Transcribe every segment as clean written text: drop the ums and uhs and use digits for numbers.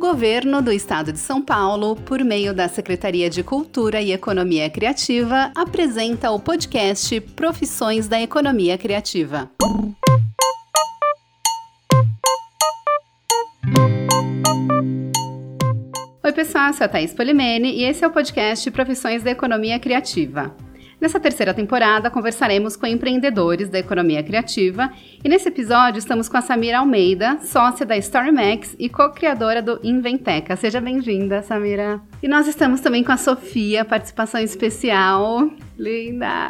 Governo do Estado de São Paulo, por meio da Secretaria de Cultura e Economia Criativa, apresenta o podcast Profissões da Economia Criativa. Oi pessoal, eu sou a Thaís Polimene e esse é o podcast Profissões da Economia Criativa. Nessa terceira temporada, conversaremos com empreendedores da economia criativa e nesse episódio estamos com a Samira Almeida, sócia da StoryMax e co-criadora do Inventeca. Seja bem-vinda, Samira. E nós estamos também com a Sofia, participação especial. Linda!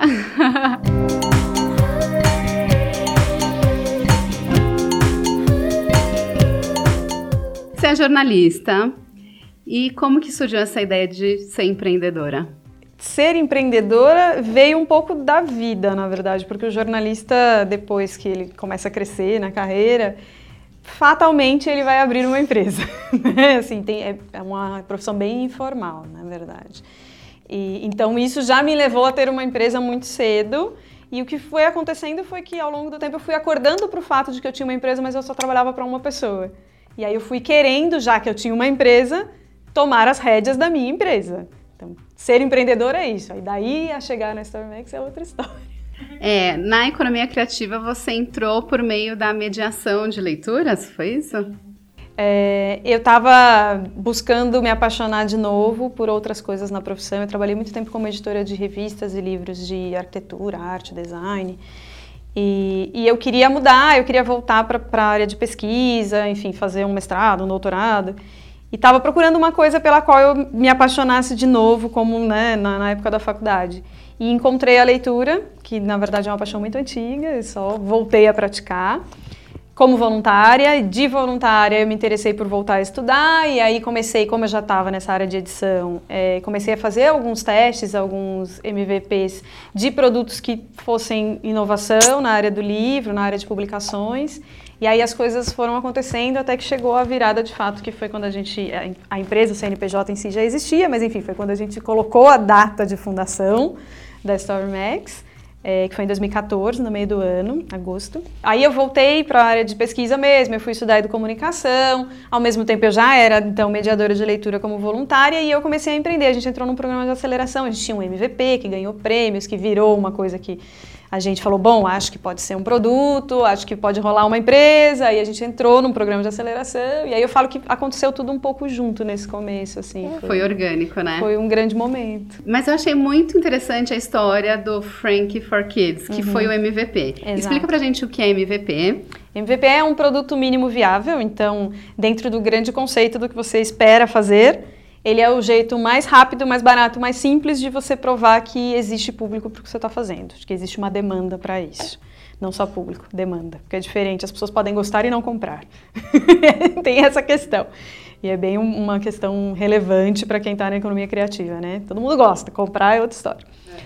Você é jornalista. E como que surgiu essa ideia de ser empreendedora? Ser empreendedora veio um pouco da vida, na verdade, porque o jornalista, depois que ele começa a crescer na carreira, fatalmente ele vai abrir uma empresa. Assim, é uma profissão bem informal, na verdade. Então isso já me levou a ter uma empresa muito cedo. E o que foi acontecendo foi que ao longo do tempo eu fui acordando para o fato de que eu tinha uma empresa, mas eu só trabalhava para uma pessoa. E aí eu fui querendo, já que eu tinha uma empresa, tomar as rédeas da minha empresa. Então, ser empreendedor é isso. Aí daí a chegar na StoryMax é outra história. Na economia criativa você entrou por meio da mediação de leituras, foi isso? Eu estava buscando me apaixonar de novo por outras coisas na profissão. Eu trabalhei muito tempo como editora de revistas e livros de arquitetura, arte, design. E eu queria mudar, eu queria voltar para a área de pesquisa, enfim, fazer um mestrado, um doutorado. E estava procurando uma coisa pela qual eu me apaixonasse de novo, como na época da faculdade. E encontrei a leitura, que na verdade é uma paixão muito antiga, eu só voltei a praticar como voluntária. De voluntária eu me interessei por voltar a estudar, e aí comecei, como eu já estava nessa área de edição, comecei a fazer alguns testes, alguns MVPs de produtos que fossem inovação na área do livro, na área de publicações. E aí as coisas foram acontecendo até que chegou a virada de fato, que foi quando a empresa, o CNPJ em si já existia, mas enfim, foi quando a gente colocou a data de fundação da StoryMax, que foi em 2014, no meio do ano, agosto. Aí eu voltei para a área de pesquisa mesmo, eu fui estudar educomunicação, ao mesmo tempo eu já era, então, mediadora de leitura como voluntária, e eu comecei a empreender. A gente entrou num programa de aceleração, a gente tinha um MVP que ganhou prêmios, que virou uma coisa que a gente falou, bom, acho que pode ser um produto, acho que pode rolar uma empresa, e a gente entrou num programa de aceleração, e aí eu falo que aconteceu tudo um pouco junto nesse começo, assim. Foi orgânico, né? Foi um grande momento. Mas eu achei muito interessante a história do Frank for Kids, que foi o MVP. Exato. Explica pra gente o que é MVP. MVP é um produto mínimo viável, então, dentro do grande conceito do que você espera fazer, ele é o jeito mais rápido, mais barato, mais simples de você provar que existe público para o que você está fazendo, que existe uma demanda para isso. Não só público, demanda, porque é diferente, as pessoas podem gostar e não comprar. Tem essa questão. E é bem uma questão relevante para quem está na economia criativa, né? Todo mundo gosta, comprar é outra história.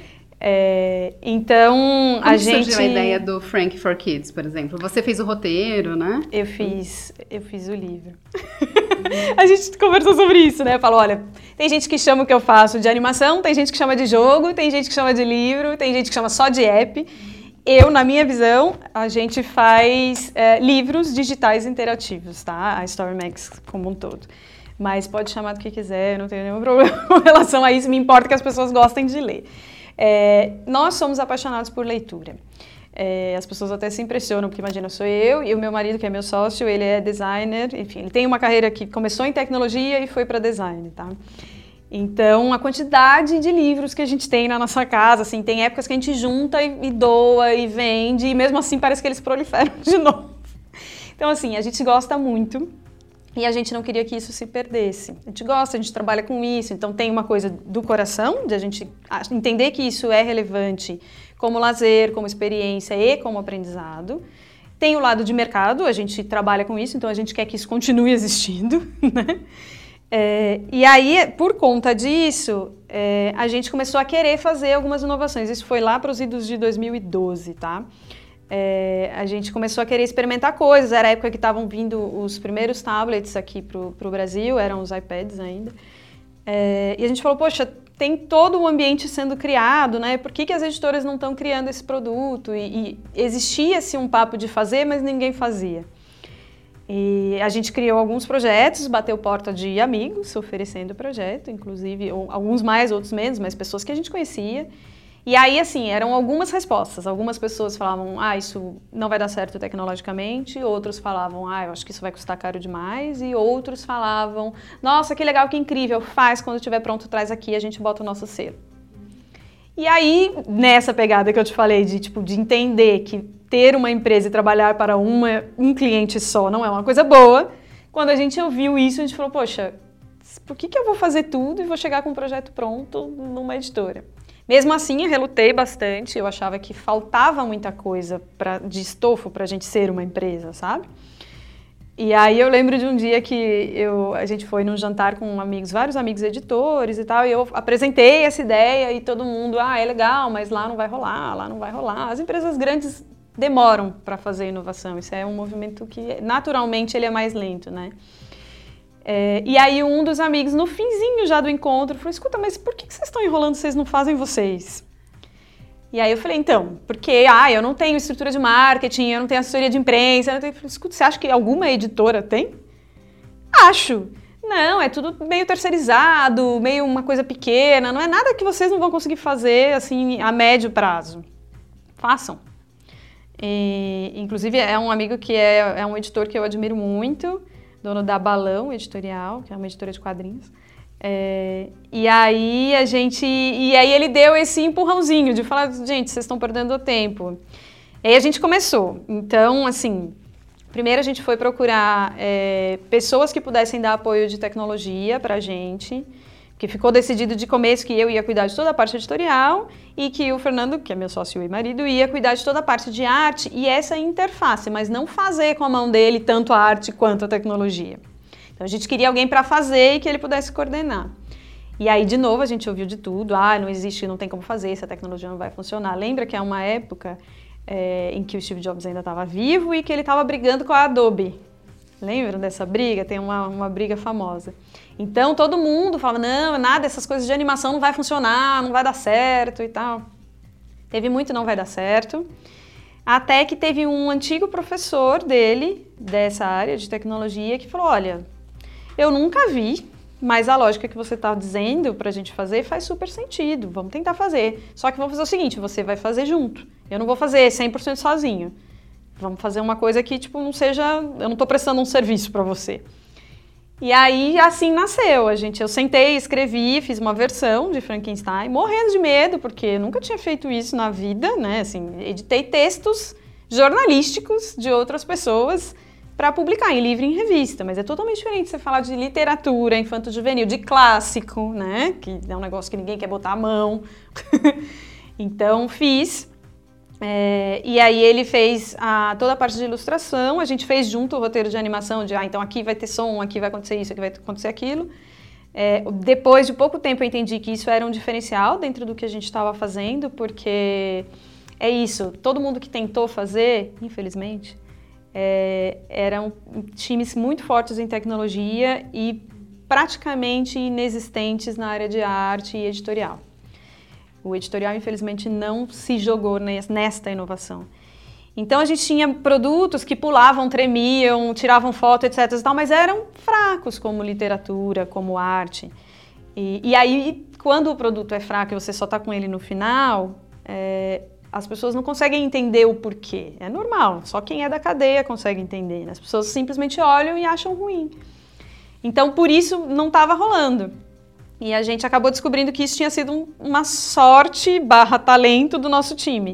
Então, como surgiu a ideia do Frank for Kids, por exemplo? Você fez o roteiro, né? Eu fiz o livro. A gente conversou sobre isso, né? Falou, olha, tem gente que chama o que eu faço de animação, tem gente que chama de jogo, tem gente que chama de livro, tem gente que chama só de app. Eu, na minha visão, a gente faz livros digitais interativos, tá? A StoryMax como um todo. Mas pode chamar do que quiser, não tenho nenhum problema com relação a isso, me importa que as pessoas gostem de ler. Nós somos apaixonados por leitura. As pessoas até se impressionam, porque imagina, sou eu e o meu marido, que é meu sócio, ele é designer, enfim, ele tem uma carreira que começou em tecnologia e foi para design, tá? Então, a quantidade de livros que a gente tem na nossa casa, assim, tem épocas que a gente junta e doa e vende, e mesmo assim parece que eles proliferam de novo. Então, assim, a gente gosta muito. E a gente não queria que isso se perdesse. A gente gosta, a gente trabalha com isso, então tem uma coisa do coração, de a gente entender que isso é relevante como lazer, como experiência e como aprendizado. Tem o lado de mercado, a gente trabalha com isso, então a gente quer que isso continue existindo, né? E aí, por conta disso, a gente começou a querer fazer algumas inovações. Isso foi lá para os idos de 2012, tá? A gente começou a querer experimentar coisas, era a época que estavam vindo os primeiros tablets aqui pro Brasil, eram os iPads ainda, e a gente falou, poxa, tem todo o ambiente sendo criado, né? Por que as editoras não estão criando esse produto? E existia-se um papo de fazer, mas ninguém fazia. E a gente criou alguns projetos, bateu porta de amigos oferecendo o projeto, inclusive alguns mais, outros menos, mas pessoas que a gente conhecia. E aí, assim, eram algumas respostas. Algumas pessoas falavam, isso não vai dar certo tecnologicamente. Outros falavam, eu acho que isso vai custar caro demais. E outros falavam, nossa, que legal, que incrível, faz, quando estiver pronto, traz aqui, a gente bota o nosso selo. E aí, nessa pegada que eu te falei, de entender que ter uma empresa e trabalhar para um cliente só não é uma coisa boa, quando a gente ouviu isso, a gente falou, poxa, por que eu vou fazer tudo e vou chegar com um projeto pronto numa editora? Mesmo assim, eu relutei bastante, eu achava que faltava muita coisa de estofo para a gente ser uma empresa, sabe? E aí eu lembro de um dia que a gente foi num jantar com vários amigos editores e tal, e eu apresentei essa ideia e todo mundo, é legal, mas lá não vai rolar. As empresas grandes demoram para fazer inovação, isso é um movimento que naturalmente ele é mais lento, né? E aí um dos amigos, no finzinho já do encontro, falou, escuta, mas por que vocês estão enrolando, vocês não fazem vocês? E aí eu falei, então, porque eu não tenho estrutura de marketing, eu não tenho assessoria de imprensa, eu falei, escuta, você acha que alguma editora tem? Acho. Não, é tudo meio terceirizado, meio uma coisa pequena, não é nada que vocês não vão conseguir fazer, assim, a médio prazo. Façam. Inclusive, é um amigo que é um editor que eu admiro muito, dono da Balão Editorial, que é uma editora de quadrinhos. E aí ele deu esse empurrãozinho de falar, gente, vocês estão perdendo tempo. E aí a gente começou. Então, assim, primeiro a gente foi procurar pessoas que pudessem dar apoio de tecnologia pra gente, que ficou decidido de começo que eu ia cuidar de toda a parte editorial e que o Fernando, que é meu sócio e marido, ia cuidar de toda a parte de arte e essa interface, mas não fazer com a mão dele tanto a arte quanto a tecnologia. Então a gente queria alguém para fazer e que ele pudesse coordenar. E aí, de novo, a gente ouviu de tudo, não existe, não tem como fazer, essa tecnologia não vai funcionar. Lembra que é uma época em que o Steve Jobs ainda estava vivo e que ele estava brigando com a Adobe. Lembram dessa briga? Tem uma briga famosa. Então, todo mundo falava, não, nada, essas coisas de animação não vai funcionar, não vai dar certo e tal. Teve muito não vai dar certo. Até que teve um antigo professor dele, dessa área de tecnologia, que falou, olha, eu nunca vi, mas a lógica que você está dizendo para a gente fazer faz super sentido, vamos tentar fazer. Só que vamos fazer o seguinte, você vai fazer junto. Eu não vou fazer 100% sozinho. Vamos fazer uma coisa que, não seja... Eu não estou prestando um serviço para você. E aí, assim nasceu. Eu sentei, escrevi, fiz uma versão de Frankenstein, morrendo de medo, porque eu nunca tinha feito isso na vida, né? Assim, editei textos jornalísticos de outras pessoas para publicar em livro e em revista, mas é totalmente diferente você falar de literatura infanto-juvenil, de clássico, né? Que é um negócio que ninguém quer botar a mão. Então, fiz... e aí ele fez toda a parte de ilustração, a gente fez junto o roteiro de animação, então aqui vai ter som, aqui vai acontecer isso, aqui vai acontecer aquilo. Depois de pouco tempo eu entendi que isso era um diferencial dentro do que a gente estava fazendo, porque é isso, todo mundo que tentou fazer, infelizmente, eram times muito fortes em tecnologia e praticamente inexistentes na área de arte e editorial. O editorial, infelizmente, não se jogou nesta inovação. Então, a gente tinha produtos que pulavam, tremiam, tiravam foto, etc. e tal, mas eram fracos, como literatura, como arte. E aí, quando o produto é fraco e você só está com ele no final, as pessoas não conseguem entender o porquê. É normal, só quem é da cadeia consegue entender. As pessoas simplesmente olham e acham ruim. Então, por isso, não estava rolando. E a gente acabou descobrindo que isso tinha sido uma sorte / talento do nosso time.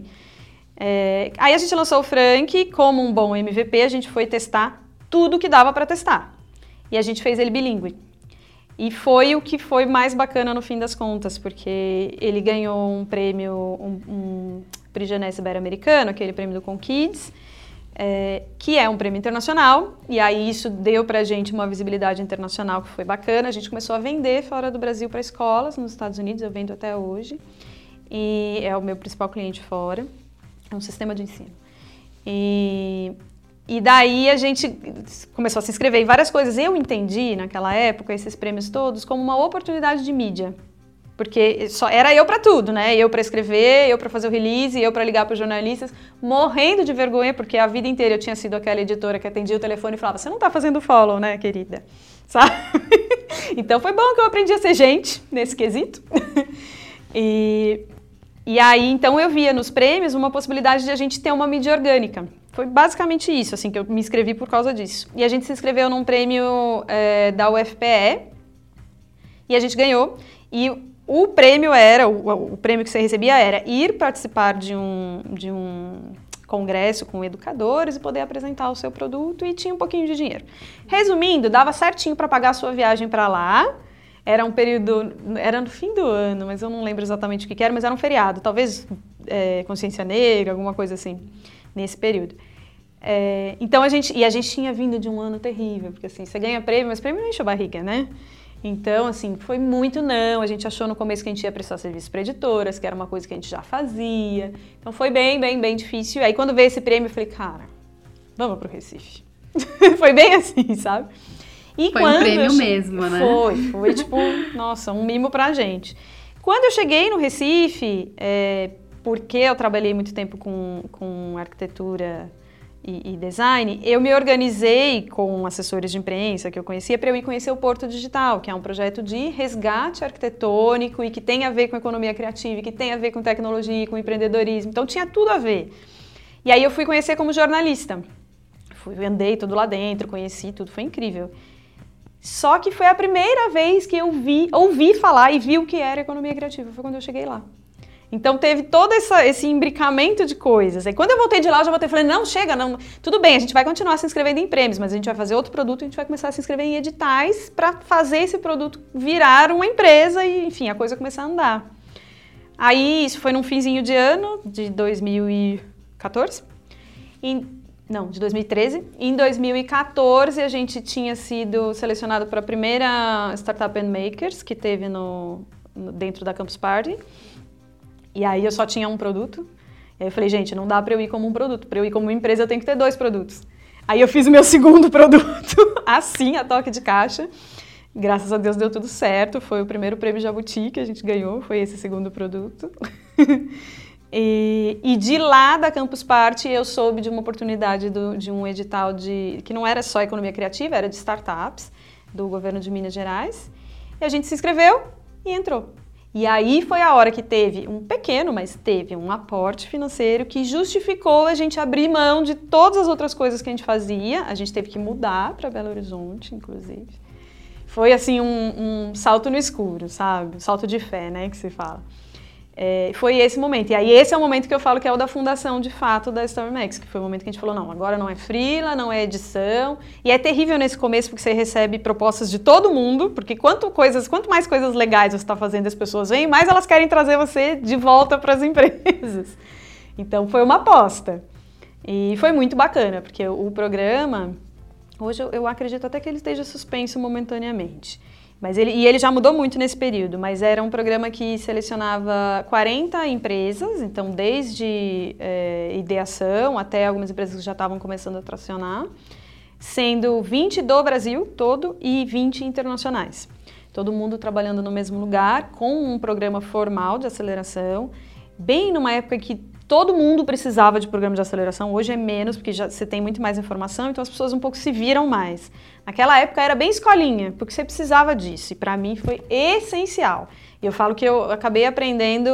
Aí a gente lançou o Frank, como um bom MVP, a gente foi testar tudo que dava para testar. E a gente fez ele bilíngue. E foi o que foi mais bacana no fim das contas, porque ele ganhou um prêmio, um Prix Jeunesse Ibero-Americano, aquele prêmio do Conkids, que é um prêmio internacional, e aí isso deu pra gente uma visibilidade internacional que foi bacana. A gente começou a vender fora do Brasil para escolas, nos Estados Unidos, eu vendo até hoje, e é o meu principal cliente fora, é um sistema de ensino. E daí a gente começou a se inscrever em várias coisas. Eu entendi, naquela época, esses prêmios todos como uma oportunidade de mídia. Porque só era eu para tudo, né? Eu para escrever, eu para fazer o release, eu para ligar para os jornalistas, morrendo de vergonha, porque a vida inteira eu tinha sido aquela editora que atendia o telefone e falava, você não tá fazendo follow, né, querida? Sabe? Então foi bom que eu aprendi a ser gente nesse quesito. E aí, então, eu via nos prêmios uma possibilidade de a gente ter uma mídia orgânica. Foi basicamente isso, assim, que eu me inscrevi por causa disso. E a gente se inscreveu num prêmio da UFPE e a gente ganhou. E o prêmio o prêmio que você recebia era ir participar de um congresso com educadores e poder apresentar o seu produto e tinha um pouquinho de dinheiro. Resumindo, dava certinho para pagar a sua viagem para lá. Era um período, era no fim do ano, mas eu não lembro exatamente o que era, mas era um feriado, talvez Consciência Negra, alguma coisa assim, nesse período. Então a gente tinha vindo de um ano terrível, porque assim, você ganha prêmio, mas prêmio não enche a barriga, né? Então, assim, foi muito não, a gente achou no começo que a gente ia prestar serviço para editoras, que era uma coisa que a gente já fazia, então foi bem, bem, bem difícil. Aí quando veio esse prêmio, eu falei, cara, vamos pro Recife. Foi bem assim, sabe? E foi um prêmio mesmo, né? Foi tipo, nossa, um mimo pra gente. Quando eu cheguei no Recife, porque eu trabalhei muito tempo com arquitetura e design, eu me organizei com assessores de imprensa que eu conhecia para eu ir conhecer o Porto Digital, que é um projeto de resgate arquitetônico e que tem a ver com economia criativa, e que tem a ver com tecnologia, com empreendedorismo, então tinha tudo a ver. E aí eu fui conhecer como jornalista. Andei tudo lá dentro, conheci tudo, foi incrível. Só que foi a primeira vez que eu ouvi falar e vi o que era economia criativa, foi quando eu cheguei lá. Então teve todo esse imbricamento de coisas. Aí quando eu voltei de lá, eu já voltei e falei, não, chega, não, tudo bem, a gente vai continuar se inscrevendo em prêmios, mas a gente vai fazer outro produto e a gente vai começar a se inscrever em editais para fazer esse produto virar uma empresa e, enfim, a coisa começar a andar. Aí isso foi num finzinho de ano, de 2014, de 2013. Em 2014, a gente tinha sido selecionado para a primeira Startup and Makers que teve dentro da Campus Party. E aí eu só tinha um produto. E aí eu falei, gente, não dá para eu ir como um produto. Para eu ir como uma empresa, eu tenho que ter 2 produtos. Aí eu fiz o meu segundo produto, assim, a toque de caixa. Graças a Deus deu tudo certo. Foi o primeiro prêmio Jabuti que a gente ganhou, foi esse segundo produto. E de lá da Campus Party eu soube de uma oportunidade de um edital que não era só economia criativa, era de startups do governo de Minas Gerais. E a gente se inscreveu e entrou. E aí foi a hora que teve mas teve um aporte financeiro que justificou a gente abrir mão de todas as outras coisas que a gente fazia. A gente teve que mudar para Belo Horizonte, inclusive. Foi assim um salto no escuro, sabe? Um salto de fé, né, que se fala. Foi esse momento. E aí esse é o momento que eu falo que é o da fundação, de fato, da StoryMax, que foi o momento que a gente falou, não, agora não é freela, não é edição. E é terrível nesse começo porque você recebe propostas de todo mundo, porque quanto mais coisas legais você está fazendo, as pessoas vêm, mais elas querem trazer você de volta para as empresas. Então foi uma aposta. E foi muito bacana, porque o programa, hoje eu acredito até que ele esteja suspenso momentaneamente. Mas ele já mudou muito nesse período, mas era um programa que selecionava 40 empresas, então desde ideação até algumas empresas que já estavam começando a tracionar, sendo 20 do Brasil todo e 20 internacionais. Todo mundo trabalhando no mesmo lugar, com um programa formal de aceleração, bem numa época que todo mundo precisava de programa de aceleração, hoje é menos, porque já você tem muito mais informação, então as pessoas um pouco se viram mais. Naquela época era bem escolinha, porque você precisava disso, e para mim foi essencial. E eu falo que eu acabei aprendendo,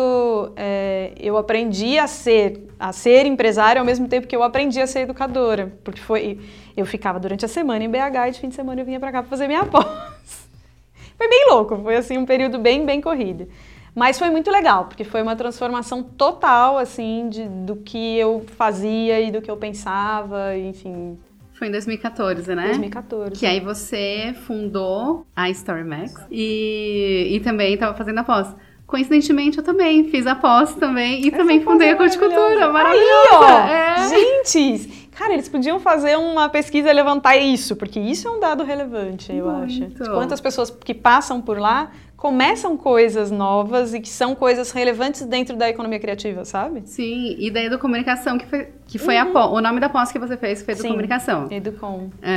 eu aprendi a ser empresária ao mesmo tempo que eu aprendi a ser educadora, porque eu ficava durante a semana em BH e de fim de semana eu vinha para cá para fazer minha pós. Foi bem louco, foi assim um período bem, bem corrido. Mas foi muito legal, porque foi uma transformação total, assim, do que eu fazia e do que eu pensava, enfim. Foi em 2014, né? 2014. Que aí você fundou a StoryMax e também estava fazendo a pós. Coincidentemente, eu também fiz a pós também e também fundei a Horticultura. Maravilhosa! Aí, ó! Gente, cara, eles podiam fazer uma pesquisa e levantar isso, porque isso é um dado relevante, eu acho. Quantas pessoas que passam por lá começam coisas novas e que são coisas relevantes dentro da economia criativa, sabe? Sim, e da Educomunicação, que foi o nome da pós que você fez foi Educomunicação. Sim, Educom.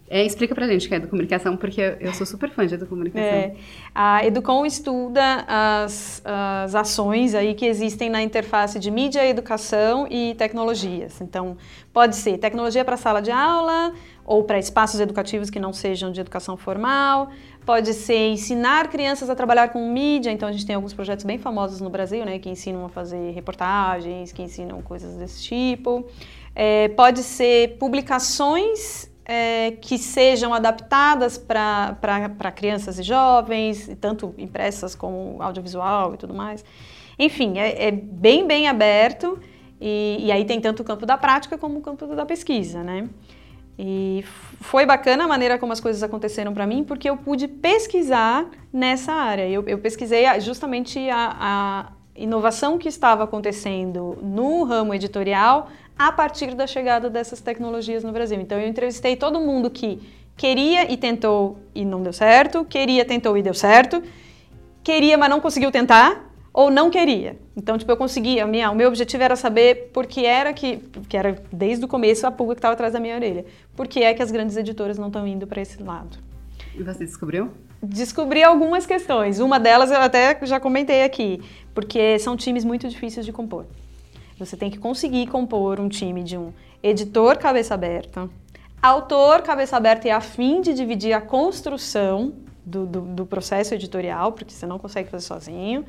Explica pra gente o que é educomunicação, porque eu sou super fã de educomunicação. A Educom estuda as ações aí que existem na interface de mídia, educação e tecnologias. Então, pode ser tecnologia para sala de aula ou para espaços educativos que não sejam de educação formal. Pode ser ensinar crianças a trabalhar com mídia. Então, a gente tem alguns projetos bem famosos no Brasil, né, que ensinam a fazer reportagens, que ensinam coisas desse tipo. Pode ser publicações que sejam adaptadas para crianças e jovens, tanto impressas como audiovisual e tudo mais. Enfim, é bem aberto e aí tem tanto o campo da prática como o campo da pesquisa, né? E foi bacana a maneira como as coisas aconteceram para mim, porque eu pude pesquisar nessa área. Eu pesquisei justamente a inovação que estava acontecendo no ramo editorial a partir da chegada dessas tecnologias no Brasil. Então, eu entrevistei todo mundo que queria e tentou e não deu certo, queria, tentou e deu certo, queria, mas não conseguiu tentar, ou não queria. Então, eu consegui, o meu objetivo era saber por que era que era desde o começo a pulga que estava atrás da minha orelha, por que é que as grandes editoras não estão indo para esse lado. E você descobriu? Descobri algumas questões. Uma delas eu até já comentei aqui, porque são times muito difíceis de compor. Você tem que conseguir compor um time de um editor cabeça aberta, autor cabeça aberta e a fim de dividir a construção do processo editorial, porque você não consegue fazer sozinho.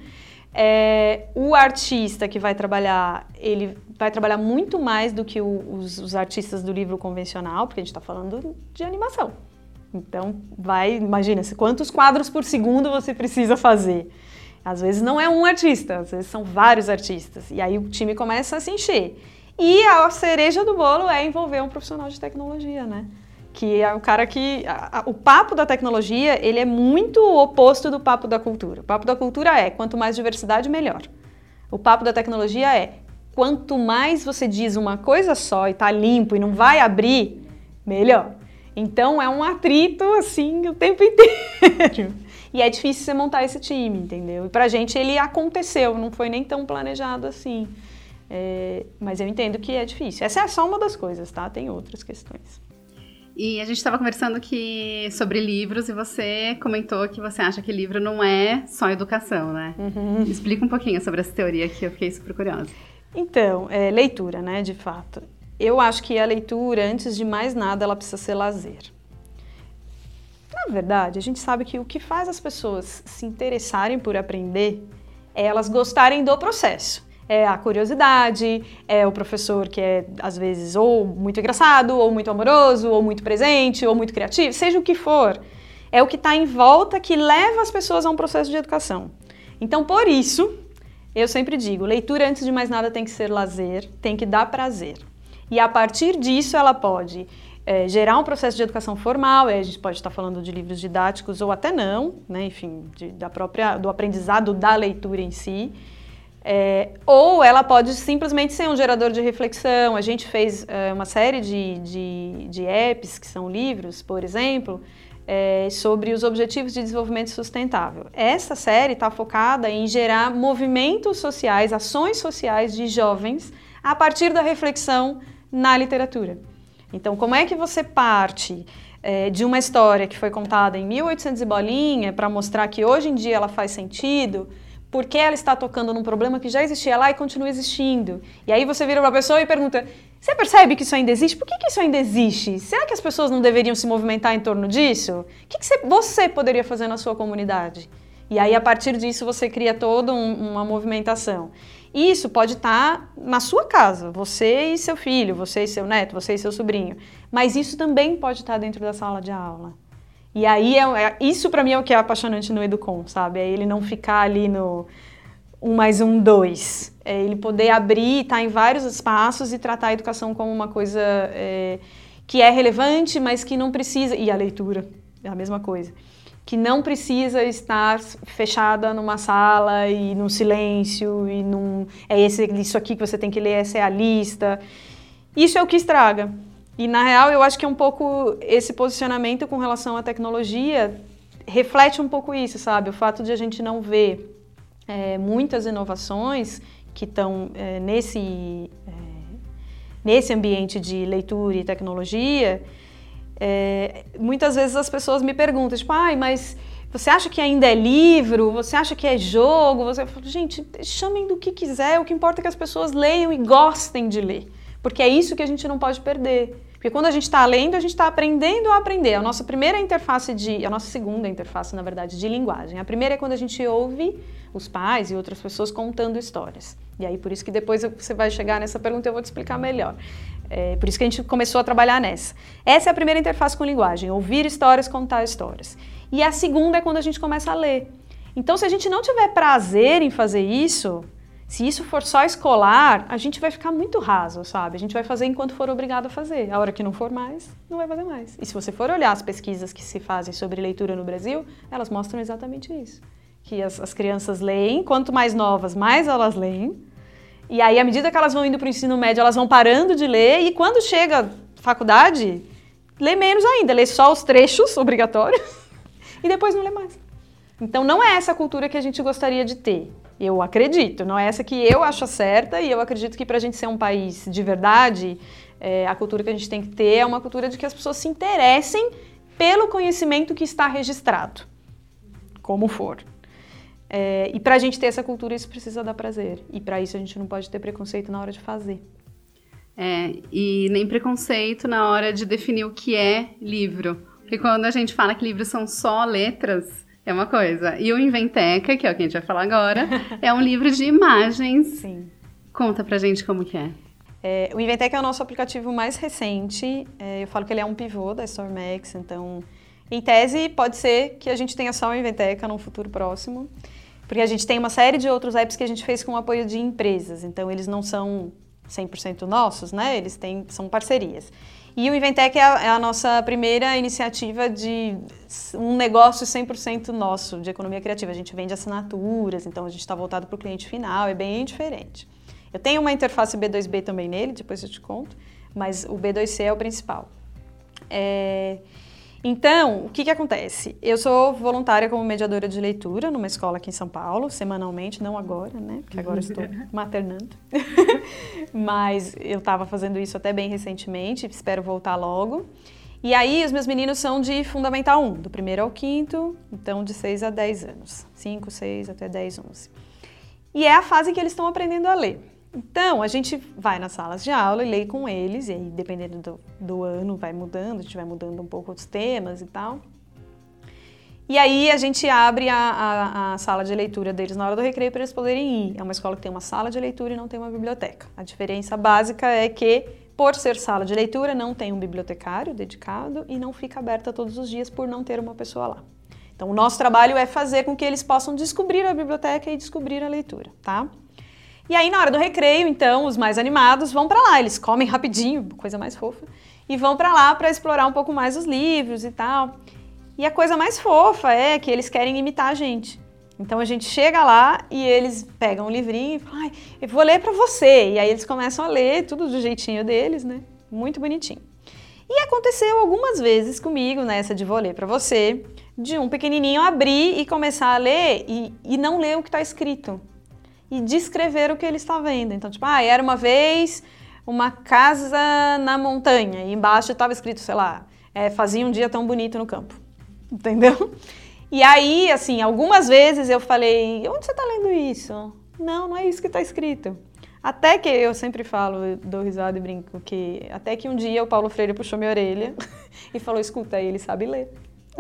O artista que vai trabalhar, ele vai trabalhar muito mais do que os artistas do livro convencional, porque a gente está falando de animação. Então, imagina, quantos quadros por segundo você precisa fazer. Às vezes não é um artista, às vezes são vários artistas. E aí o time começa a se encher. E a cereja do bolo é envolver um profissional de tecnologia, né? Que é o cara que... O papo da tecnologia, ele é muito oposto do papo da cultura. O papo da cultura é, quanto mais diversidade, melhor. O papo da tecnologia é, quanto mais você diz uma coisa só e tá limpo e não vai abrir, melhor. Então, é um atrito, assim, o tempo inteiro. E é difícil você montar esse time, entendeu? E pra gente ele aconteceu, não foi nem tão planejado assim. Mas eu entendo que é difícil. Essa é só uma das coisas, tá? Tem outras questões. E a gente estava conversando sobre livros e você comentou que você acha que livro não é só educação, né? Uhum. Explica um pouquinho sobre essa teoria que eu fiquei super curiosa. Então, leitura, né, de fato. Eu acho que a leitura, antes de mais nada, ela precisa ser lazer. Na verdade, a gente sabe que o que faz as pessoas se interessarem por aprender é elas gostarem do processo. É a curiosidade, é o professor que é, às vezes, ou muito engraçado, ou muito amoroso, ou muito presente, ou muito criativo, seja o que for. É o que está em volta que leva as pessoas a um processo de educação. Então, por isso, eu sempre digo, leitura, antes de mais nada, tem que ser lazer, tem que dar prazer. E a partir disso ela pode gerar um processo de educação formal, a gente pode estar falando de livros didáticos ou até não, né? Enfim, do aprendizado da leitura em si. Ou ela pode simplesmente ser um gerador de reflexão. A gente fez uma série de apps, que são livros, por exemplo, sobre os Objetivos de Desenvolvimento Sustentável. Essa série está focada em gerar movimentos sociais, ações sociais de jovens a partir da reflexão na literatura. Então, como é que você parte de uma história que foi contada em 1800 e bolinha para mostrar que hoje em dia ela faz sentido, porque ela está tocando num problema que já existia lá e continua existindo. E aí você vira para a pessoa e pergunta, você percebe que isso ainda existe? Por que isso ainda existe? Será que as pessoas não deveriam se movimentar em torno disso? O que você poderia fazer na sua comunidade? E aí, a partir disso, você cria toda uma movimentação. Isso pode estar na sua casa, você e seu filho, você e seu neto, você e seu sobrinho. Mas isso também pode estar dentro da sala de aula. E aí, isso para mim é o que é apaixonante no Educom, sabe? É ele não ficar ali no 1 mais 1, 2. É ele poder abrir, estar em vários espaços e tratar a educação como uma coisa que é relevante, mas que não precisa... E a leitura é a mesma coisa. Que não precisa estar fechada numa sala e num silêncio e isso aqui que você tem que ler, essa é a lista. Isso é o que estraga. E, na real, eu acho que é um pouco esse posicionamento com relação à tecnologia reflete um pouco isso, sabe? O fato de a gente não ver muitas inovações que estão nesse ambiente de leitura e tecnologia Muitas vezes as pessoas me perguntam, tipo, mas você acha que ainda é livro? Você acha que é jogo? Eu falo, gente, chamem do que quiser, o que importa é que as pessoas leiam e gostem de ler, porque é isso que a gente não pode perder. Porque quando a gente está lendo, a gente está aprendendo a aprender. A nossa segunda interface, na verdade, de linguagem. A primeira é quando a gente ouve os pais e outras pessoas contando histórias. E aí, por isso que depois você vai chegar nessa pergunta e eu vou te explicar melhor. Por isso que a gente começou a trabalhar nessa. Essa é a primeira interface com linguagem, ouvir histórias, contar histórias. E a segunda é quando a gente começa a ler. Então, se a gente não tiver prazer em fazer isso, se isso for só escolar, a gente vai ficar muito raso, sabe? A gente vai fazer enquanto for obrigado a fazer. A hora que não for mais, não vai fazer mais. E se você for olhar as pesquisas que se fazem sobre leitura no Brasil, elas mostram exatamente isso. Que as crianças leem, quanto mais novas, mais elas leem. E aí, à medida que elas vão indo para o ensino médio, elas vão parando de ler. E quando chega a faculdade, lê menos ainda. Lê só os trechos obrigatórios e depois não lê mais. Então, não é essa a cultura que a gente gostaria de ter. Eu acredito, não é essa que eu acho certa, e eu acredito que para a gente ser um país de verdade, a cultura que a gente tem que ter é uma cultura de que as pessoas se interessem pelo conhecimento que está registrado, como for. E para a gente ter essa cultura, isso precisa dar prazer, e para isso a gente não pode ter preconceito na hora de fazer. E nem preconceito na hora de definir o que é livro, porque quando a gente fala que livros são só letras, é uma coisa. E o Inventeca, que é o que a gente vai falar agora, é um livro de imagens. Sim. Conta pra gente como que é. O Inventeca é o nosso aplicativo mais recente. Eu falo que ele é um pivô da StoryMax, então, em tese, pode ser que a gente tenha só o Inventeca num futuro próximo, porque a gente tem uma série de outros apps que a gente fez com o apoio de empresas, então eles não são 100% nossos, né? São parcerias. E o Inventec é a nossa primeira iniciativa de um negócio 100% nosso, de economia criativa. A gente vende assinaturas, então a gente está voltado para o cliente final, é bem diferente. Eu tenho uma interface B2B também nele, depois eu te conto, mas o B2C é o principal. Então, o que acontece? Eu sou voluntária como mediadora de leitura numa escola aqui em São Paulo, semanalmente, não agora, né? Porque agora eu estou maternando. Mas eu estava fazendo isso até bem recentemente, espero voltar logo. E aí, os meus meninos são de Fundamental 1, do 1º ao 5º, então de 6 a 10 anos. 5, 6 até 10, 11. E é a fase que eles estão aprendendo a ler. Então, a gente vai nas salas de aula e lê com eles, e aí, dependendo do ano, vai mudando, a gente vai mudando um pouco os temas e tal. E aí, a gente abre a sala de leitura deles na hora do recreio para eles poderem ir. É uma escola que tem uma sala de leitura e não tem uma biblioteca. A diferença básica é que, por ser sala de leitura, não tem um bibliotecário dedicado e não fica aberta todos os dias por não ter uma pessoa lá. Então, o nosso trabalho é fazer com que eles possam descobrir a biblioteca e descobrir a leitura, tá? E aí, na hora do recreio, então, os mais animados vão para lá, eles comem rapidinho, coisa mais fofa, e vão para lá para explorar um pouco mais os livros e tal. E a coisa mais fofa é que eles querem imitar a gente. Então, a gente chega lá e eles pegam um livrinho e falam, eu vou ler para você. E aí, eles começam a ler, tudo do jeitinho deles, né? Muito bonitinho. E aconteceu algumas vezes comigo, nessa de vou ler para você, de um pequenininho abrir e começar a ler e não ler o que está escrito. E descrever o que ele está vendo. Então, tipo, era uma vez uma casa na montanha e embaixo estava escrito, sei lá, fazia um dia tão bonito no campo. Entendeu? E aí, assim, algumas vezes eu falei, onde você está lendo isso? Não é isso que está escrito. Até que, eu sempre falo, dou risada e brinco, que até que um dia o Paulo Freire puxou minha orelha e falou, escuta, ele sabe ler.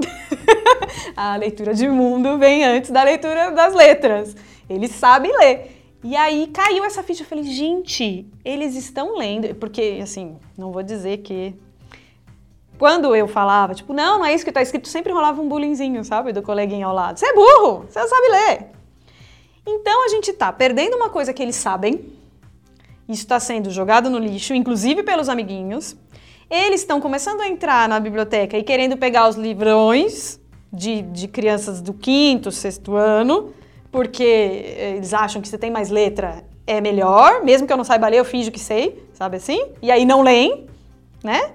A leitura de mundo vem antes da leitura das letras. Ele sabe ler. E aí caiu essa ficha. Eu falei, gente, eles estão lendo. Porque, assim, não vou dizer que... Quando eu falava, tipo, não é isso que está escrito, sempre rolava um bullyingzinho, sabe? Do coleguinha ao lado. Você é burro, você não sabe ler. Então, a gente tá perdendo uma coisa que eles sabem. Isso está sendo jogado no lixo, inclusive pelos amiguinhos. Eles estão começando a entrar na biblioteca e querendo pegar os livrões de crianças do 5º, 6º ano, porque eles acham que se tem mais letra é melhor, mesmo que eu não saiba ler, eu finjo que sei, sabe assim? E aí não leem, né?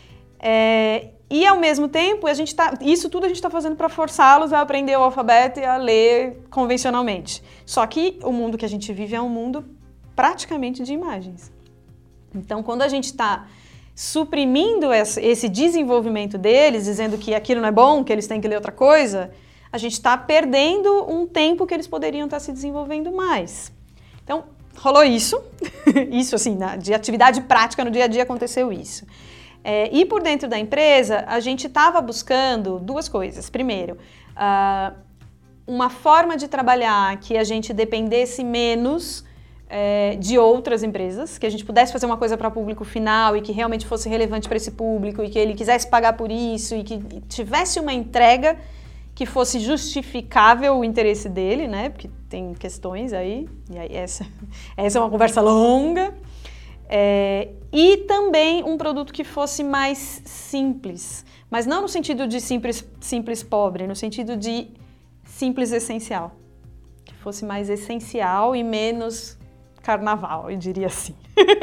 E ao mesmo tempo, isso tudo a gente está fazendo para forçá-los a aprender o alfabeto e a ler convencionalmente. Só que o mundo que a gente vive é um mundo praticamente de imagens. Então, quando a gente está suprimindo esse desenvolvimento deles, dizendo que aquilo não é bom, que eles têm que ler outra coisa, a gente está perdendo um tempo que eles poderiam estar se desenvolvendo mais. Então, rolou isso, isso assim, de atividade prática no dia a dia aconteceu isso. E por dentro da empresa, a gente estava buscando duas coisas. Primeiro, uma forma de trabalhar que a gente dependesse menos de outras empresas, que a gente pudesse fazer uma coisa para o público final e que realmente fosse relevante para esse público e que ele quisesse pagar por isso e que tivesse uma entrega que fosse justificável o interesse dele, né? Porque tem questões aí, e aí essa é uma conversa longa. E também um produto que fosse mais simples, mas não no sentido de simples pobre, no sentido de simples essencial. Que fosse mais essencial e menos carnaval, eu diria assim.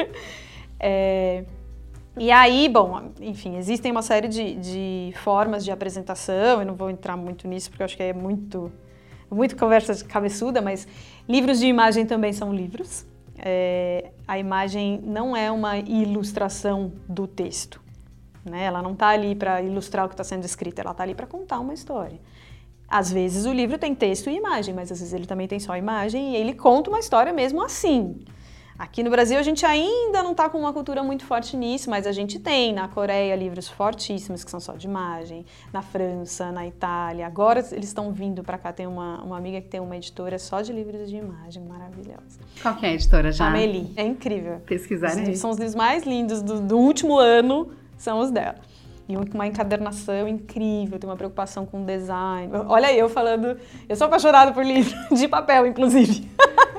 E aí, bom, enfim, existem uma série de formas de apresentação, eu não vou entrar muito nisso porque eu acho que é muito conversa cabeçuda, mas livros de imagem também são livros. A imagem não é uma ilustração do texto, né? Ela não está ali para ilustrar o que está sendo escrito, ela está ali para contar uma história. Às vezes o livro tem texto e imagem, mas às vezes ele também tem só imagem e ele conta uma história mesmo assim. Aqui no Brasil a gente ainda não está com uma cultura muito forte nisso, mas a gente tem na Coreia livros fortíssimos que são só de imagem, na França, na Itália. Agora eles estão vindo para cá, tem uma amiga que tem uma editora só de livros de imagem, maravilhosa. Qual que é a editora já? Amélie, é incrível. Pesquisarem. São os livros mais lindos do último ano, são os dela. E uma encadernação incrível, tem uma preocupação com design. Olha eu falando, eu sou apaixonada por livro de papel, inclusive.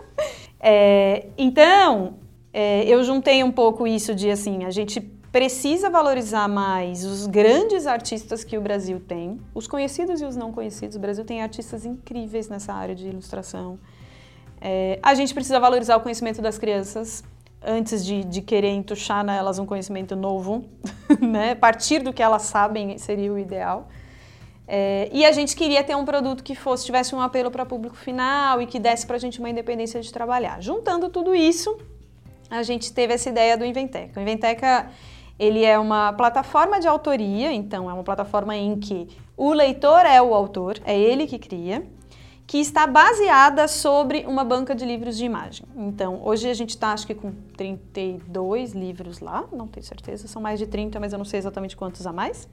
Então, eu juntei um pouco isso de, assim, a gente precisa valorizar mais os grandes artistas que o Brasil tem, os conhecidos e os não conhecidos. O Brasil tem artistas incríveis nessa área de ilustração. A gente precisa valorizar o conhecimento das crianças antes de querer entuchar nelas um conhecimento novo, né? Partir do que elas sabem seria o ideal. E a gente queria ter um produto que tivesse um apelo para público final e que desse para a gente uma independência de trabalhar. Juntando tudo isso, a gente teve essa ideia do Inventeca. O Inventeca, ele é uma plataforma de autoria, então é uma plataforma em que o leitor é o autor, é ele que cria, que está baseada sobre uma banca de livros de imagem. Então, hoje a gente está, acho que com 32 livros lá, não tenho certeza, são mais de 30, mas eu não sei exatamente quantos a mais.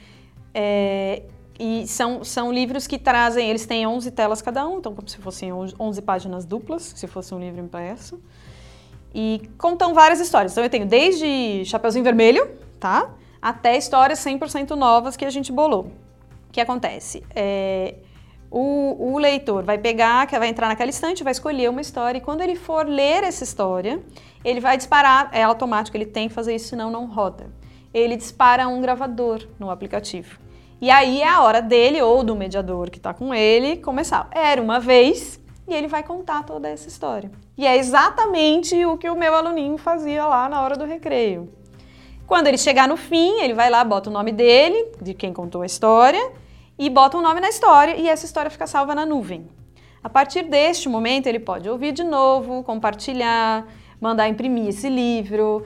E são livros que trazem, eles têm 11 telas cada um, então como se fossem 11 páginas duplas, se fosse um livro impresso. E contam várias histórias. Então eu tenho desde Chapeuzinho Vermelho, tá? Até histórias 100% novas que a gente bolou. O que acontece? O leitor vai entrar naquela estante, vai escolher uma história e quando ele for ler essa história, ele vai disparar, é automático, ele tem que fazer isso, senão não roda. Ele dispara um gravador no aplicativo. E aí é a hora dele ou do mediador que está com ele começar. Era uma vez e ele vai contar toda essa história. E é exatamente o que o meu aluninho fazia lá na hora do recreio. Quando ele chegar no fim, ele vai lá, bota o nome dele, de quem contou a história, e bota um nome na história e essa história fica salva na nuvem. A partir deste momento, ele pode ouvir de novo, compartilhar, mandar imprimir esse livro,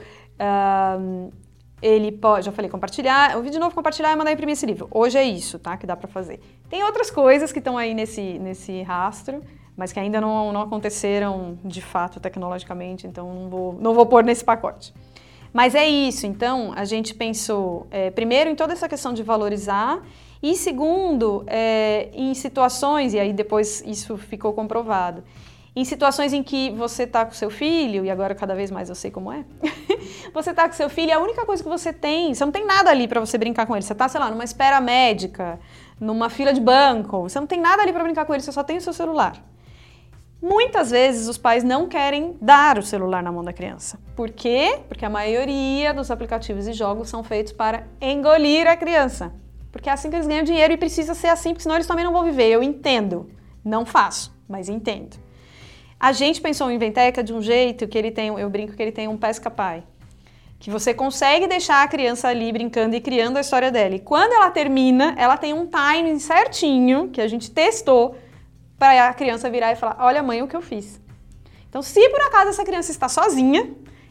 ele pode, já falei, compartilhar, ouvir de novo, compartilhar e mandar imprimir esse livro. Hoje é isso, tá? Que dá pra fazer. Tem outras coisas que estão aí nesse rastro, mas que ainda não aconteceram de fato tecnologicamente, então não vou pôr nesse pacote. Mas é isso, então a gente pensou, primeiro, em toda essa questão de valorizar e segundo, em situações, e aí depois isso ficou comprovado, em situações em que você está com seu filho, e agora cada vez mais eu sei como é, você está com seu filho e a única coisa que você não tem nada ali para você brincar com ele. Você está, sei lá, numa espera médica, numa fila de banco, você não tem nada ali para brincar com ele, você só tem o seu celular. Muitas vezes os pais não querem dar o celular na mão da criança. Por quê? Porque a maioria dos aplicativos e jogos são feitos para engolir a criança. Porque é assim que eles ganham dinheiro e precisa ser assim, porque senão eles também não vão viver. Eu entendo. Não faço, mas entendo. A gente pensou em Inventeca de um jeito que ele tem, eu brinco que ele tem um pesca-pai. Que você consegue deixar a criança ali brincando e criando a história dela. E quando ela termina, ela tem um timing certinho, que a gente testou, para a criança virar e falar, olha mãe, o que eu fiz. Então, se por acaso essa criança está sozinha,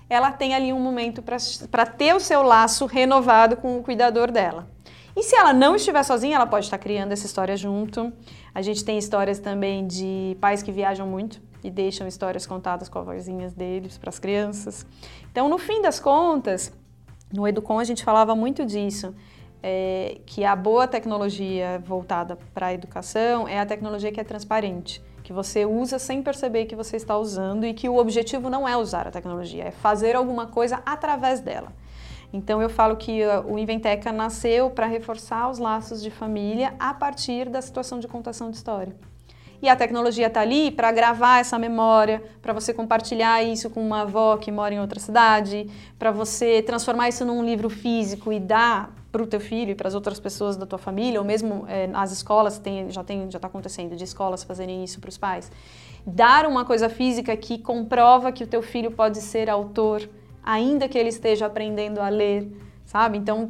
ela tem ali um momento para ter o seu laço renovado com o cuidador dela. E se ela não estiver sozinha, ela pode estar criando essa história junto. A gente tem histórias também de pais que viajam muito e deixam histórias contadas com as vozinhas deles para as crianças. Então, no fim das contas, no Educom a gente falava muito disso, que a boa tecnologia voltada para a educação é a tecnologia que é transparente, que você usa sem perceber que você está usando e que o objetivo não é usar a tecnologia, é fazer alguma coisa através dela. Então eu falo que o Inventeca nasceu para reforçar os laços de família a partir da situação de contação de história. E a tecnologia está ali para gravar essa memória, para você compartilhar isso com uma avó que mora em outra cidade, para você transformar isso num livro físico e dar para o teu filho e para as outras pessoas da tua família, ou mesmo as escolas, já está acontecendo, de escolas fazerem isso para os pais. Dar uma coisa física que comprova que o teu filho pode ser autor, ainda que ele esteja aprendendo a ler, sabe? Então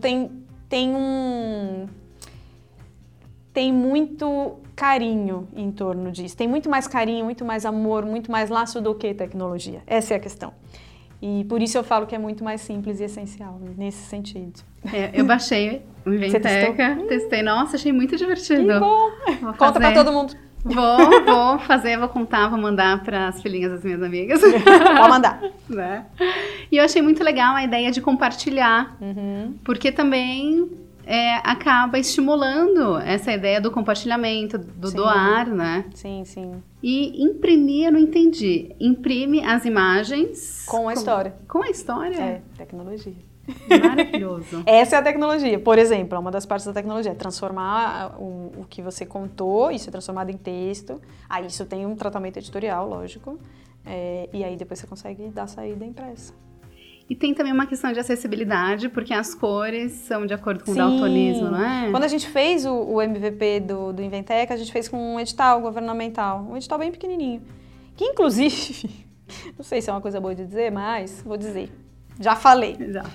tem muito carinho em torno disso. Tem muito mais carinho, muito mais amor, muito mais laço do que tecnologia. Essa é a questão. E por isso eu falo que é muito mais simples e essencial, nesse sentido. Eu baixei o Inventeca, testei. Nossa, achei muito divertido. Que bom! Conta pra todo mundo. Vou fazer, vou contar, vou mandar para as filhinhas das minhas amigas. Pode mandar. Né? E eu achei muito legal a ideia de compartilhar, porque também acaba estimulando essa ideia do compartilhamento, do doar, né? Sim, sim. E imprimir, eu não entendi. Imprime as imagens... Com a história. Com a história? É, tecnologia. Maravilhoso. Essa é a tecnologia, por exemplo, é uma das partes da tecnologia, é transformar o que você contou, isso é transformado em texto, aí isso tem um tratamento editorial, lógico, e aí depois você consegue dar saída impressa. E tem também uma questão de acessibilidade, porque as cores são de acordo com o daltonismo, não é? Quando a gente fez o MVP do Inventeca, a gente fez com um edital governamental, um edital bem pequenininho, que inclusive, não sei se é uma coisa boa de dizer, mas vou dizer, já falei. Já.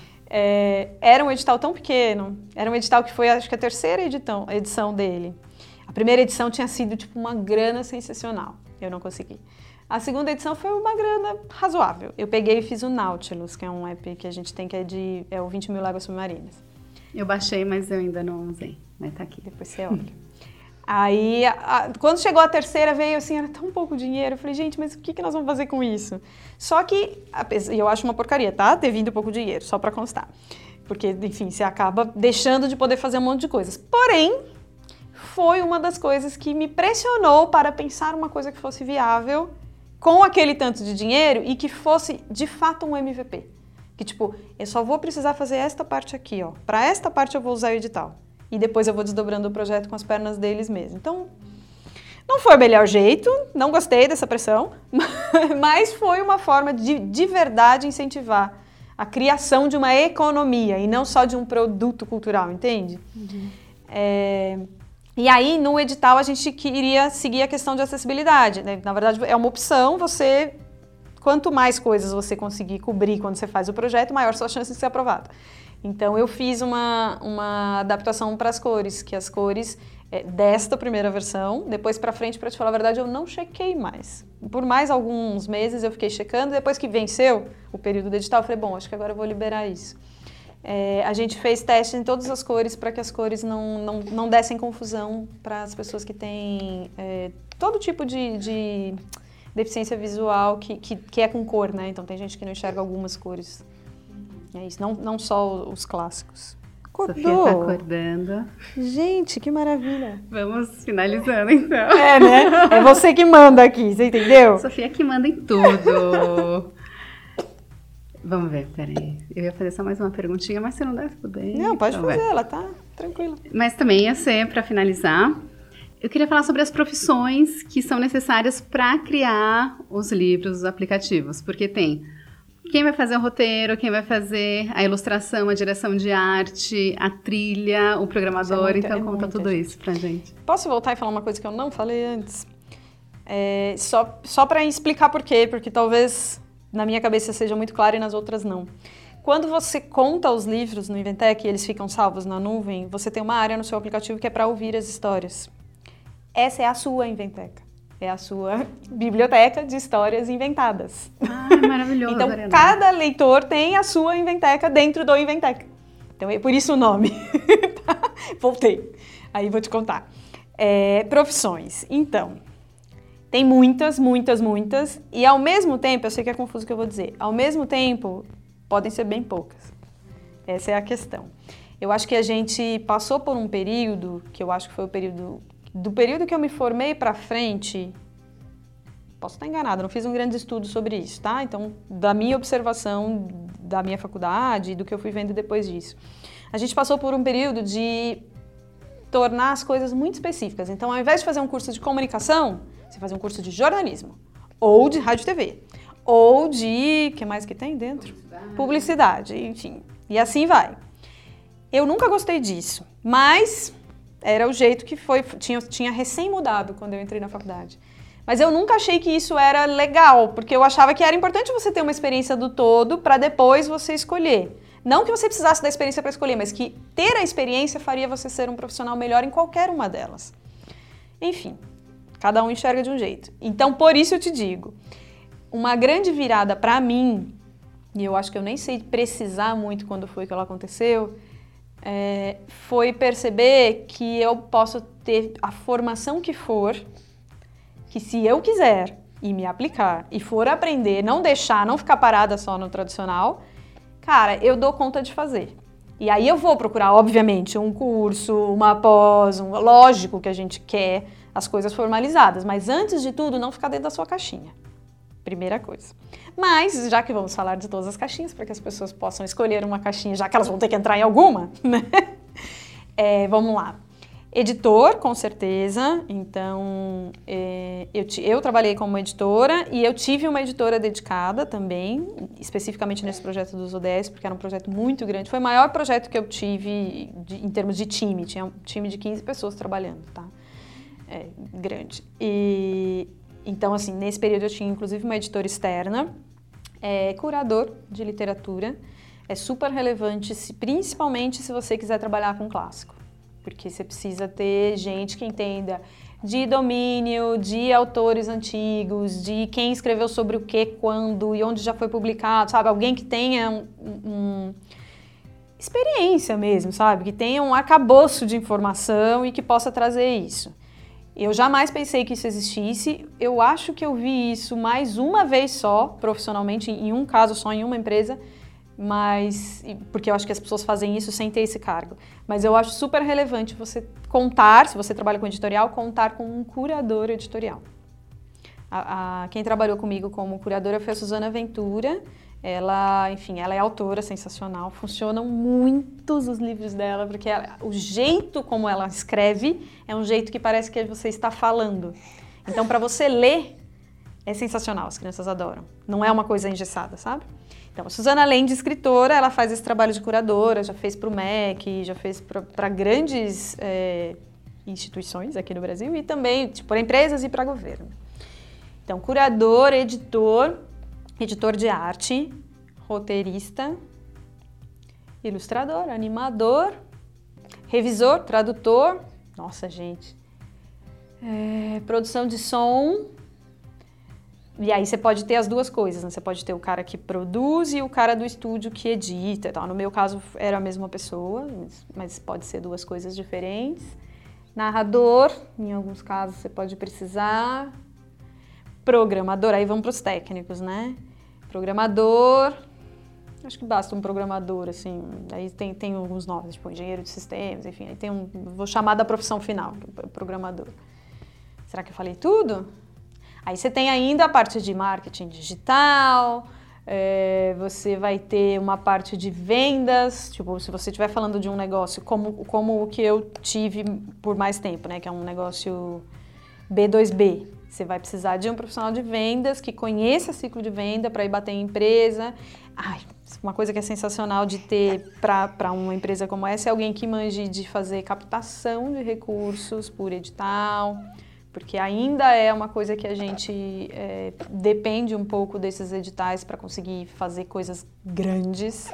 Era um edital tão pequeno, era um edital que foi, acho que a terceira edição dele. A primeira edição tinha sido, tipo, uma grana sensacional, eu não consegui. A segunda edição foi uma grana razoável. Eu peguei e fiz o Nautilus, que é um app que a gente tem, que é o 20 mil léguas submarinas. Eu baixei, mas eu ainda não usei, mas tá aqui. Depois você olha. Aí, quando chegou a terceira, veio assim, era tão pouco dinheiro. Eu falei, gente, mas o que nós vamos fazer com isso? Só que, eu acho uma porcaria, tá? Ter vindo pouco dinheiro, só pra constar. Porque, enfim, você acaba deixando de poder fazer um monte de coisas. Porém, foi uma das coisas que me pressionou para pensar uma coisa que fosse viável com aquele tanto de dinheiro e que fosse, de fato, um MVP. Que, tipo, eu só vou precisar fazer esta parte aqui, ó. Pra esta parte eu vou usar o edital. E depois eu vou desdobrando o projeto com as pernas deles mesmo. Então, não foi o melhor jeito, não gostei dessa pressão, mas foi uma forma de verdade incentivar a criação de uma economia e não só de um produto cultural, entende? E aí, no edital, a gente queria seguir a questão de acessibilidade, né? Na verdade, é uma opção, quanto mais coisas você conseguir cobrir quando você faz o projeto, maior sua chance de ser aprovada. Então, eu fiz uma adaptação para as cores, que as cores desta primeira versão, depois para frente, para te falar a verdade, eu não chequei mais. Por mais alguns meses eu fiquei checando, depois que venceu o período do edital, eu falei, bom, acho que agora eu vou liberar isso. A gente fez teste em todas as cores para que as cores não dessem confusão para as pessoas que têm todo tipo de deficiência visual que é com cor, né? Então tem gente que não enxerga algumas cores. É isso, não só os clássicos. Acordou. Sofia tá acordando. Gente, que maravilha. Vamos finalizando então. Né? É você que manda aqui, você entendeu? Sofia que manda em tudo. Vamos ver, peraí. Eu ia fazer só mais uma perguntinha, mas se não der, tudo bem. Não, pode fazer, ela tá tranquila. Mas também ia ser, para finalizar, eu queria falar sobre as profissões que são necessárias para criar os livros, os aplicativos. Porque tem quem vai fazer o roteiro, quem vai fazer a ilustração, a direção de arte, a trilha, o programador. Então conta tudo isso pra gente. Posso voltar e falar uma coisa que eu não falei antes? Só para explicar por quê, porque talvez na minha cabeça seja muito claro e nas outras não. Quando você conta os livros no Inventec e eles ficam salvos na nuvem, você tem uma área no seu aplicativo que é para ouvir as histórias. Essa é a sua Inventeca. É a sua biblioteca de histórias inventadas. Ah, maravilhoso. Então, cada leitor tem a sua Inventeca dentro do Inventeca. Então, é por isso o nome. Tá? Voltei. Aí vou te contar. Profissões. Então, tem muitas. E ao mesmo tempo, eu sei que é confuso o que eu vou dizer, ao mesmo tempo, podem ser bem poucas. Essa é a questão. Eu acho que a gente passou por um período, que eu acho que foi o período... Do período que eu me formei pra frente... Posso estar enganada, não fiz um grande estudo sobre isso, tá? Então, da minha observação, da minha faculdade e do que eu fui vendo depois disso. A gente passou por um período de tornar as coisas muito específicas. Então, ao invés de fazer um curso de comunicação, você faz um curso de jornalismo, ou de rádio e TV, ou de... O que mais que tem dentro? Publicidade, enfim. E assim vai. Eu nunca gostei disso, mas era o jeito que foi. Tinha recém-mudado quando eu entrei na faculdade. Mas eu nunca achei que isso era legal, porque eu achava que era importante você ter uma experiência do todo para depois você escolher. Não que você precisasse da experiência para escolher, mas que ter a experiência faria você ser um profissional melhor em qualquer uma delas. Enfim, cada um enxerga de um jeito. Então, por isso eu te digo, uma grande virada para mim, e eu acho que eu nem sei precisar muito quando foi que ela aconteceu, foi perceber que eu posso ter a formação que for, que se eu quiser e me aplicar e for aprender, não ficar parada só no tradicional, cara, eu dou conta de fazer. E aí eu vou procurar, obviamente, um curso, uma pós, lógico que a gente quer as coisas formalizadas, mas antes de tudo, não ficar dentro da sua caixinha. Primeira coisa. Mas, já que vamos falar de todas as caixinhas, para que as pessoas possam escolher uma caixinha, já que elas vão ter que entrar em alguma, né? Vamos lá. Editor, com certeza. Então, eu trabalhei como editora e eu tive uma editora dedicada também, especificamente nesse projeto dos ODS, porque era um projeto muito grande. Foi o maior projeto que eu tive em termos de time. Tinha um time de 15 pessoas trabalhando, tá? Grande. Então, assim, nesse período eu tinha inclusive uma editora externa, curador de literatura. É super relevante, principalmente se você quiser trabalhar com clássico, porque você precisa ter gente que entenda de domínio, de autores antigos, de quem escreveu sobre o que, quando e onde já foi publicado, sabe? Alguém que tenha experiência mesmo, sabe? Que tenha um arcabouço de informação e que possa trazer isso. Eu jamais pensei que isso existisse, eu acho que eu vi isso mais uma vez só, profissionalmente, em um caso só, em uma empresa, mas porque eu acho que as pessoas fazem isso sem ter esse cargo. Mas eu acho super relevante você contar, se você trabalha com editorial, contar com um curador editorial. Quem trabalhou comigo como curadora foi a Suzana Ventura. Ela, enfim, ela é autora sensacional, funcionam muitos os livros dela, porque o jeito como ela escreve é um jeito que parece que você está falando. Então, para você ler, é sensacional, as crianças adoram. Não é uma coisa engessada, sabe? Então, a Suzana, além de escritora, ela faz esse trabalho de curadora, já fez para o MEC, já fez para grandes instituições aqui no Brasil e também para empresas e para governo. Então, curador, editor de arte, roteirista, ilustrador, animador, revisor, tradutor, nossa, gente, produção de som. E aí você pode ter as duas coisas, né? Você pode ter o cara que produz e o cara do estúdio que edita e tal. No meu caso era a mesma pessoa, mas pode ser duas coisas diferentes. Narrador, em alguns casos você pode precisar. Programador, aí vamos para os técnicos, né? Programador, acho que basta um programador, assim, aí tem alguns nomes, tipo engenheiro de sistemas, enfim, aí tem vou chamar da profissão final, que é programador. Será que eu falei tudo? Aí você tem ainda a parte de marketing digital, você vai ter uma parte de vendas, tipo, se você estiver falando de um negócio como o que eu tive por mais tempo, né, que é um negócio B2B, você vai precisar de um profissional de vendas que conheça ciclo de venda para ir bater em empresa. Uma coisa que é sensacional de ter para uma empresa como essa é alguém que manje de fazer captação de recursos por edital, porque ainda é uma coisa que a gente depende um pouco desses editais para conseguir fazer coisas grandes.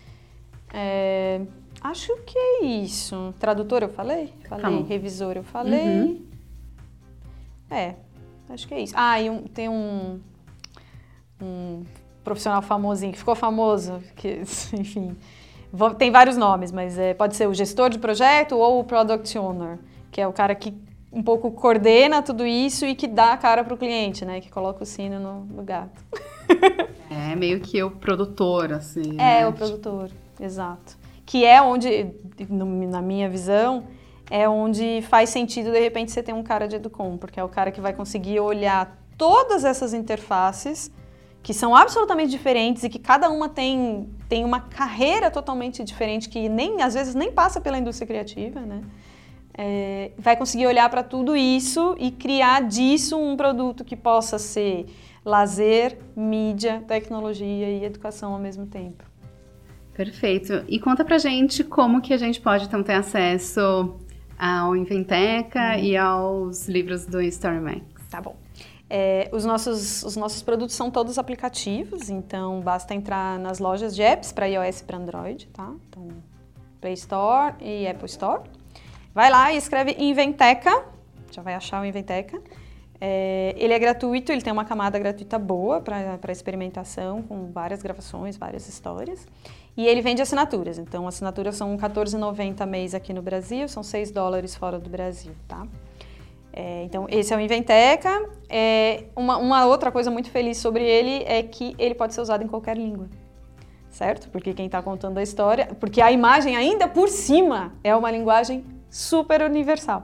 Acho que é isso. Tradutor eu falei? Falei. Revisor eu falei. Acho que é isso. E tem um profissional famosinho, que ficou famoso, que, enfim, tem vários nomes, mas pode ser o gestor de projeto ou o Product Owner, que é o cara que um pouco coordena tudo isso e que dá a cara para o cliente, né? Que coloca o sino no gato. É meio que o produtor, assim. O produtor, exato. Que é onde, na minha visão, é onde faz sentido, de repente, você ter um cara de Educom, porque é o cara que vai conseguir olhar todas essas interfaces que são absolutamente diferentes e que cada uma tem uma carreira totalmente diferente que às vezes nem passa pela indústria criativa, né? Vai conseguir olhar para tudo isso e criar disso um produto que possa ser lazer, mídia, tecnologia e educação ao mesmo tempo. Perfeito. E conta pra gente como que a gente pode então ter acesso ao Inventeca e aos livros do StoryMax. Tá bom. Os nossos produtos são todos aplicativos, então basta entrar nas lojas de apps para iOS e para Android, tá? Então, Play Store e Apple Store. Vai lá e escreve Inventeca, já vai achar o Inventeca. Ele é gratuito, ele tem uma camada gratuita boa para experimentação, com várias gravações, várias histórias. E ele vende assinaturas, então assinaturas são R$14,90 mês aqui no Brasil, são $6 fora do Brasil, tá? Então, esse é o Inventeca. Uma outra coisa muito feliz sobre ele é que ele pode ser usado em qualquer língua, certo? Porque quem está contando a história... Porque a imagem, ainda por cima, é uma linguagem super universal.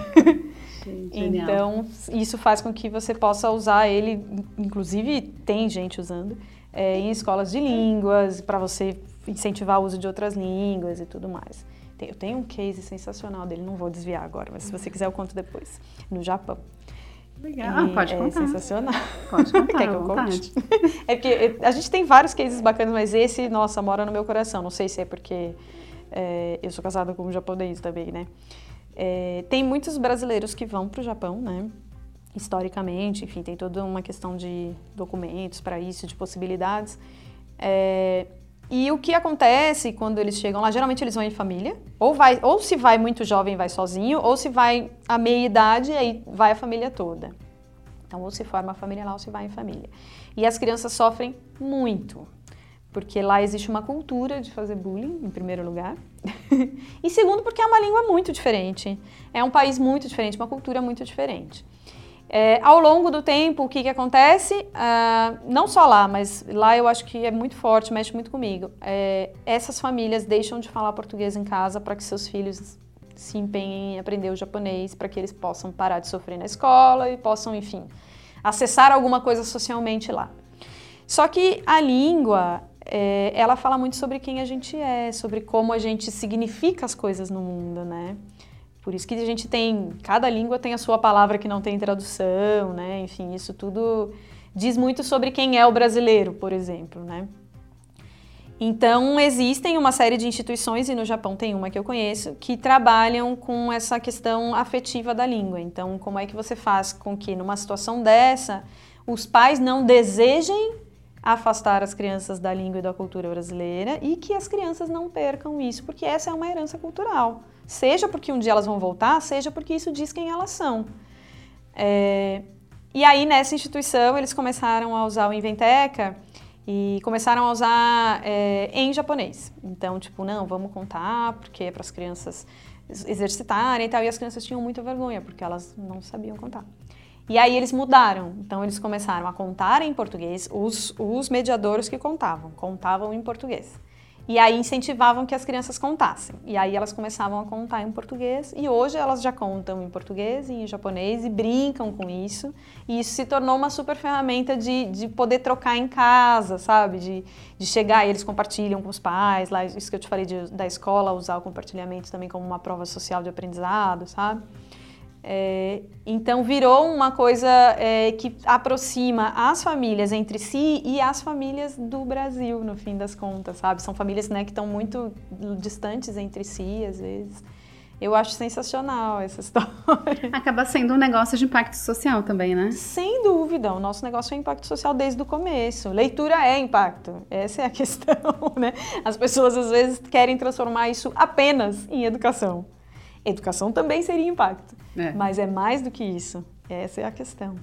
Então, isso faz com que você possa usar ele, inclusive tem gente usando, em escolas de línguas, para você incentivar o uso de outras línguas e tudo mais. Eu tenho um case sensacional dele, não vou desviar agora, mas se você quiser eu conto depois, no Japão. Legal, pode contar. É sensacional. Pode contar, quer que eu conte? É porque a gente tem vários cases bacanas, mas esse, nossa, mora no meu coração. Não sei se é porque eu sou casada com um japonês também, né? Tem muitos brasileiros que vão para o Japão, né? Historicamente, enfim, tem toda uma questão de documentos para isso, de possibilidades. E o que acontece quando eles chegam lá, geralmente eles vão em família, ou se vai muito jovem, vai sozinho, ou se vai à meia idade, aí vai a família toda. Então, ou se forma a família lá, ou se vai em família. E as crianças sofrem muito, porque lá existe uma cultura de fazer bullying, em primeiro lugar, e segundo, porque é uma língua muito diferente, é um país muito diferente, uma cultura muito diferente. Ao longo do tempo, o que acontece? Não só lá, mas lá eu acho que é muito forte, mexe muito comigo. Essas famílias deixam de falar português em casa para que seus filhos se empenhem em aprender o japonês, para que eles possam parar de sofrer na escola e possam, enfim, acessar alguma coisa socialmente lá. Só que a língua, ela fala muito sobre quem a gente é, sobre como a gente significa as coisas no mundo, né? Por isso que a gente cada língua tem a sua palavra que não tem tradução, né? Enfim, isso tudo diz muito sobre quem é o brasileiro, por exemplo, né? Então, existem uma série de instituições, e no Japão tem uma que eu conheço, que trabalham com essa questão afetiva da língua. Então, como é que você faz com que, numa situação dessa, os pais não desejem afastar as crianças da língua e da cultura brasileira e que as crianças não percam isso, porque essa é uma herança cultural. Seja porque um dia elas vão voltar, seja porque isso diz quem elas são. E aí, nessa instituição, eles começaram a usar o Inventeca e começaram a usar em japonês. Então, tipo, não, vamos contar, porque é para as crianças exercitarem e tal. E as crianças tinham muita vergonha, porque elas não sabiam contar. E aí eles mudaram. Então, eles começaram a contar em português, os mediadores que contavam em português. E aí incentivavam que as crianças contassem. E aí elas começavam a contar em português. E hoje elas já contam em português e em japonês e brincam com isso. E isso se tornou uma super ferramenta de poder trocar em casa, sabe? De chegar e eles compartilham com os pais. Lá, isso que eu te falei da escola, usar o compartilhamento também como uma prova social de aprendizado, sabe? Então virou uma coisa que aproxima as famílias entre si e as famílias do Brasil, no fim das contas, sabe? São famílias, né, que estão muito distantes entre si, às vezes. Eu acho sensacional essa história. Acaba sendo um negócio de impacto social também, né? Sem dúvida, o nosso negócio é impacto social desde o começo. Leitura é impacto, essa é a questão, né? As pessoas às vezes querem transformar isso apenas em educação. Educação também seria impacto, mas é mais do que isso, essa é a questão.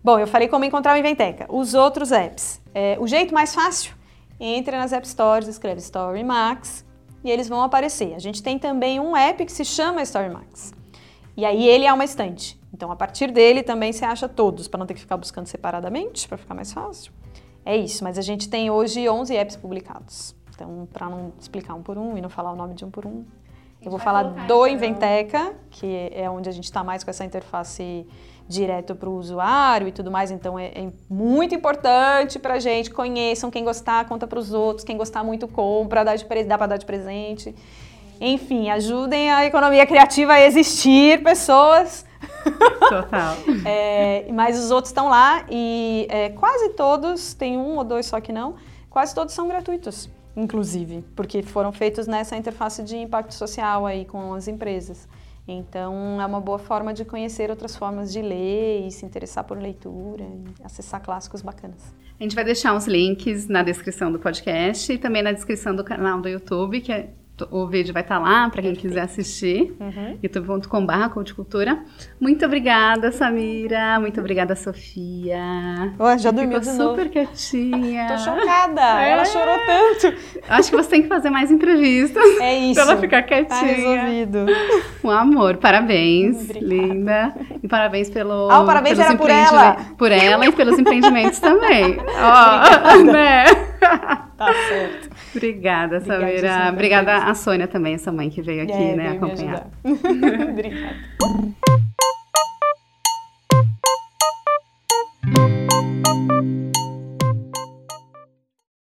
Bom, eu falei como encontrar o Inventeca. Os outros apps. O jeito mais fácil, entre nas App Stores, escreve Story Max e eles vão aparecer. A gente tem também um app que se chama Story Max. E aí ele é uma estante. Então, a partir dele também você acha todos, para não ter que ficar buscando separadamente, para ficar mais fácil. É isso, mas a gente tem hoje 11 apps publicados. Então, para não explicar um por um e não falar o nome de um por um, eu vou falar do Inventeca, que é onde a gente está mais com essa interface direto para o usuário e tudo mais, então é muito importante para a gente. Conheçam, quem gostar, conta para os outros, quem gostar muito compra, dá para dar de presente. Enfim, ajudem a economia criativa a existir, pessoas. Total. Mas os outros estão lá e quase todos, tem um ou dois só que não, quase todos são gratuitos, inclusive, porque foram feitos nessa interface de impacto social aí com as empresas. Então, é uma boa forma de conhecer outras formas de ler e se interessar por leitura e acessar clássicos bacanas. A gente vai deixar os links na descrição do podcast e também na descrição do canal do YouTube, que o vídeo vai estar lá para quem quiser assistir, youtube.com/cultura. Muito obrigada, Samira. Muito obrigada, Sofia. Já dormiu de novo. Super quietinha. Tô chocada. Ela chorou tanto. Acho que você tem que fazer mais entrevistas. É isso. Pra ela ficar quietinha. Tá resolvido. Um amor. Parabéns, Obrigada. Linda. E parabéns pelo... o parabéns era por ela. Por ela e pelos empreendimentos também. Né? Tá certo. Obrigada, Samira. Obrigada a Sônia também, essa mãe que veio aqui, né, acompanhar. Obrigada.